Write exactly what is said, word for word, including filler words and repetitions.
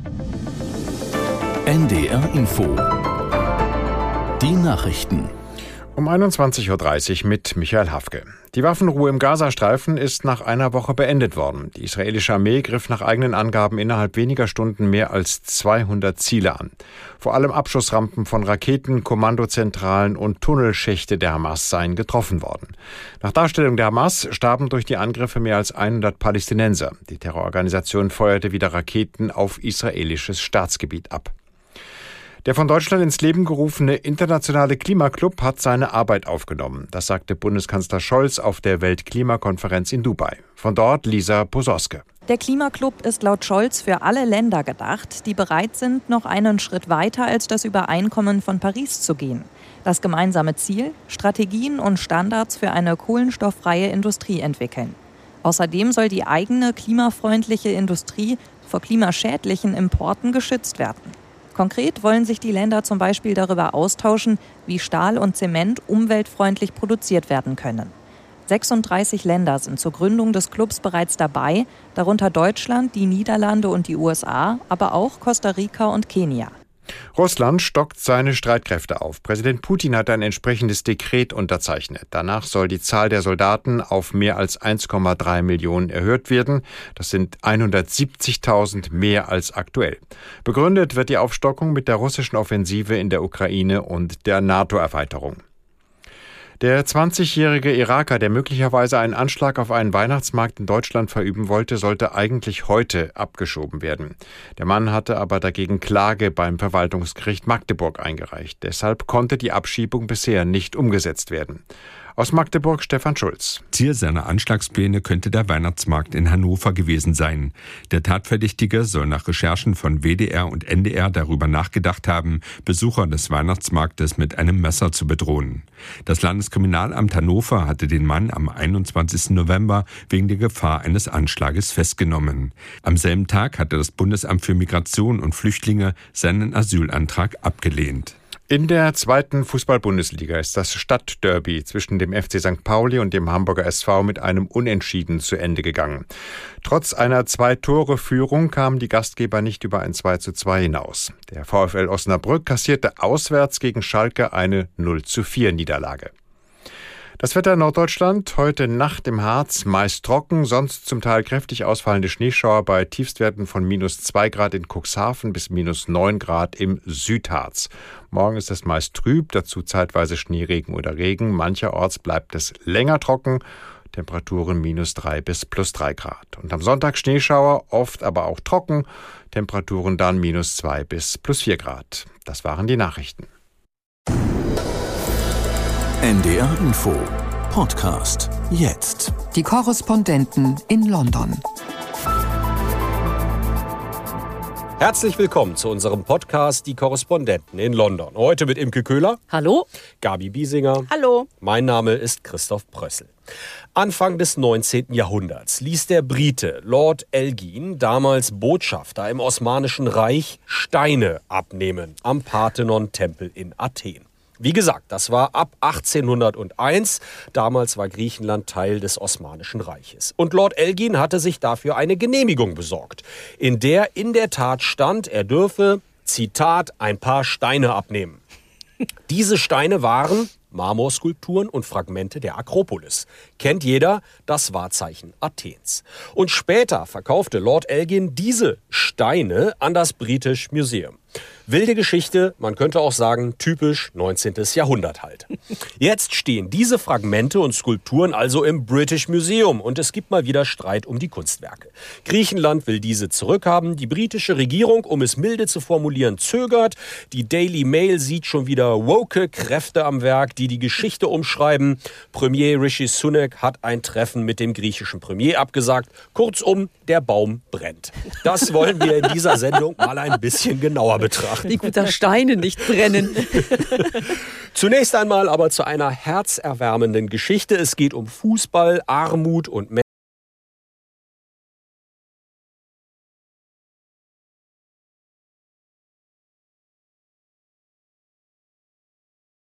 N D R Info. Die Nachrichten. Um einundzwanzig Uhr dreißig mit Michael Hafke. Die Waffenruhe im Gazastreifen ist nach einer Woche beendet worden. Die israelische Armee griff nach eigenen Angaben innerhalb weniger Stunden mehr als zweihundert Ziele an. Vor allem Abschussrampen von Raketen, Kommandozentralen und Tunnelschächte der Hamas seien getroffen worden. Nach Darstellung der Hamas starben durch die Angriffe mehr als hundert Palästinenser. Die Terrororganisation feuerte wieder Raketen auf israelisches Staatsgebiet ab. Der von Deutschland ins Leben gerufene internationale Klimaclub hat seine Arbeit aufgenommen. Das sagte Bundeskanzler Scholz auf der Weltklimakonferenz in Dubai. Von dort Lisa Posorske. Der Klimaclub ist laut Scholz für alle Länder gedacht, die bereit sind, noch einen Schritt weiter als das Übereinkommen von Paris zu gehen. Das gemeinsame Ziel: Strategien und Standards für eine kohlenstofffreie Industrie entwickeln. Außerdem soll die eigene klimafreundliche Industrie vor klimaschädlichen Importen geschützt werden. Konkret wollen sich die Länder zum Beispiel darüber austauschen, wie Stahl und Zement umweltfreundlich produziert werden können. sechsunddreißig Länder sind zur Gründung des Clubs bereits dabei, darunter Deutschland, die Niederlande und die U S A, aber auch Costa Rica und Kenia. Russland stockt seine Streitkräfte auf. Präsident Putin hat ein entsprechendes Dekret unterzeichnet. Danach soll die Zahl der Soldaten auf mehr als eins Komma drei Millionen erhöht werden. Das sind hundertsiebzigtausend mehr als aktuell. Begründet wird die Aufstockung mit der russischen Offensive in der Ukraine und der NATO-Erweiterung. Der zwanzigjährige Iraker, der möglicherweise einen Anschlag auf einen Weihnachtsmarkt in Deutschland verüben wollte, sollte eigentlich heute abgeschoben werden. Der Mann hatte aber dagegen Klage beim Verwaltungsgericht Magdeburg eingereicht. Deshalb konnte die Abschiebung bisher nicht umgesetzt werden. Aus Magdeburg Stefan Schulz. Ziel seiner Anschlagspläne könnte der Weihnachtsmarkt in Hannover gewesen sein. Der Tatverdächtige soll nach Recherchen von W D R und N D R darüber nachgedacht haben, Besucher des Weihnachtsmarktes mit einem Messer zu bedrohen. Das Landeskriminalamt Hannover hatte den Mann am einundzwanzigsten November wegen der Gefahr eines Anschlages festgenommen. Am selben Tag hatte das Bundesamt für Migration und Flüchtlinge seinen Asylantrag abgelehnt. In der zweiten Fußball-Bundesliga ist das Stadtderby zwischen dem F C Sankt Pauli und dem Hamburger S V mit einem Unentschieden zu Ende gegangen. Trotz einer Zwei-Tore-Führung kamen die Gastgeber nicht über ein zwei zu zwei hinaus. Der VfL Osnabrück kassierte auswärts gegen Schalke eine null zu vier Niederlage. Das Wetter in Norddeutschland, heute Nacht im Harz meist trocken, sonst zum Teil kräftig ausfallende Schneeschauer bei Tiefstwerten von minus zwei Grad in Cuxhaven bis minus neun Grad im Südharz. Morgen ist es meist trüb, dazu zeitweise Schneeregen oder Regen. Mancherorts bleibt es länger trocken, Temperaturen minus drei bis plus drei Grad. Und am Sonntag Schneeschauer, oft aber auch trocken, Temperaturen dann minus zwei bis plus vier Grad. Das waren die Nachrichten. N D R Info Podcast jetzt. Die Korrespondenten in London. Herzlich willkommen zu unserem Podcast Die Korrespondenten in London. Heute mit Imke Köhler. Hallo. Gabi Biesinger. Hallo. Mein Name ist Christoph Brössel. Anfang des neunzehnten Jahrhunderts ließ der Brite Lord Elgin, damals Botschafter im Osmanischen Reich, Steine abnehmen am Parthenon-Tempel in Athen. Wie gesagt, das war ab achtzehnhunderteins. Damals war Griechenland Teil des Osmanischen Reiches. Und Lord Elgin hatte sich dafür eine Genehmigung besorgt, in der in der Tat stand, er dürfe, Zitat, ein paar Steine abnehmen. Diese Steine waren Marmorskulpturen und Fragmente der Akropolis. Kennt jeder, das Wahrzeichen Athens. Und später verkaufte Lord Elgin diese Steine an das British Museum. Wilde Geschichte, man könnte auch sagen, typisch neunzehntes Jahrhundert halt. Jetzt stehen diese Fragmente und Skulpturen also im British Museum und es gibt mal wieder Streit um die Kunstwerke. Griechenland will diese zurückhaben, die britische Regierung, um es milde zu formulieren, zögert. Die Daily Mail sieht schon wieder woke Kräfte am Werk, die die Geschichte umschreiben. Premier Rishi Sunak hat ein Treffen mit dem griechischen Premier abgesagt. Kurzum, der Baum brennt. Das wollen wir in dieser Sendung mal ein bisschen genauer betrachten. Wie gut, dass Steine nicht brennen. Zunächst einmal aber zu einer herzerwärmenden Geschichte. Es geht um Fußball, Armut und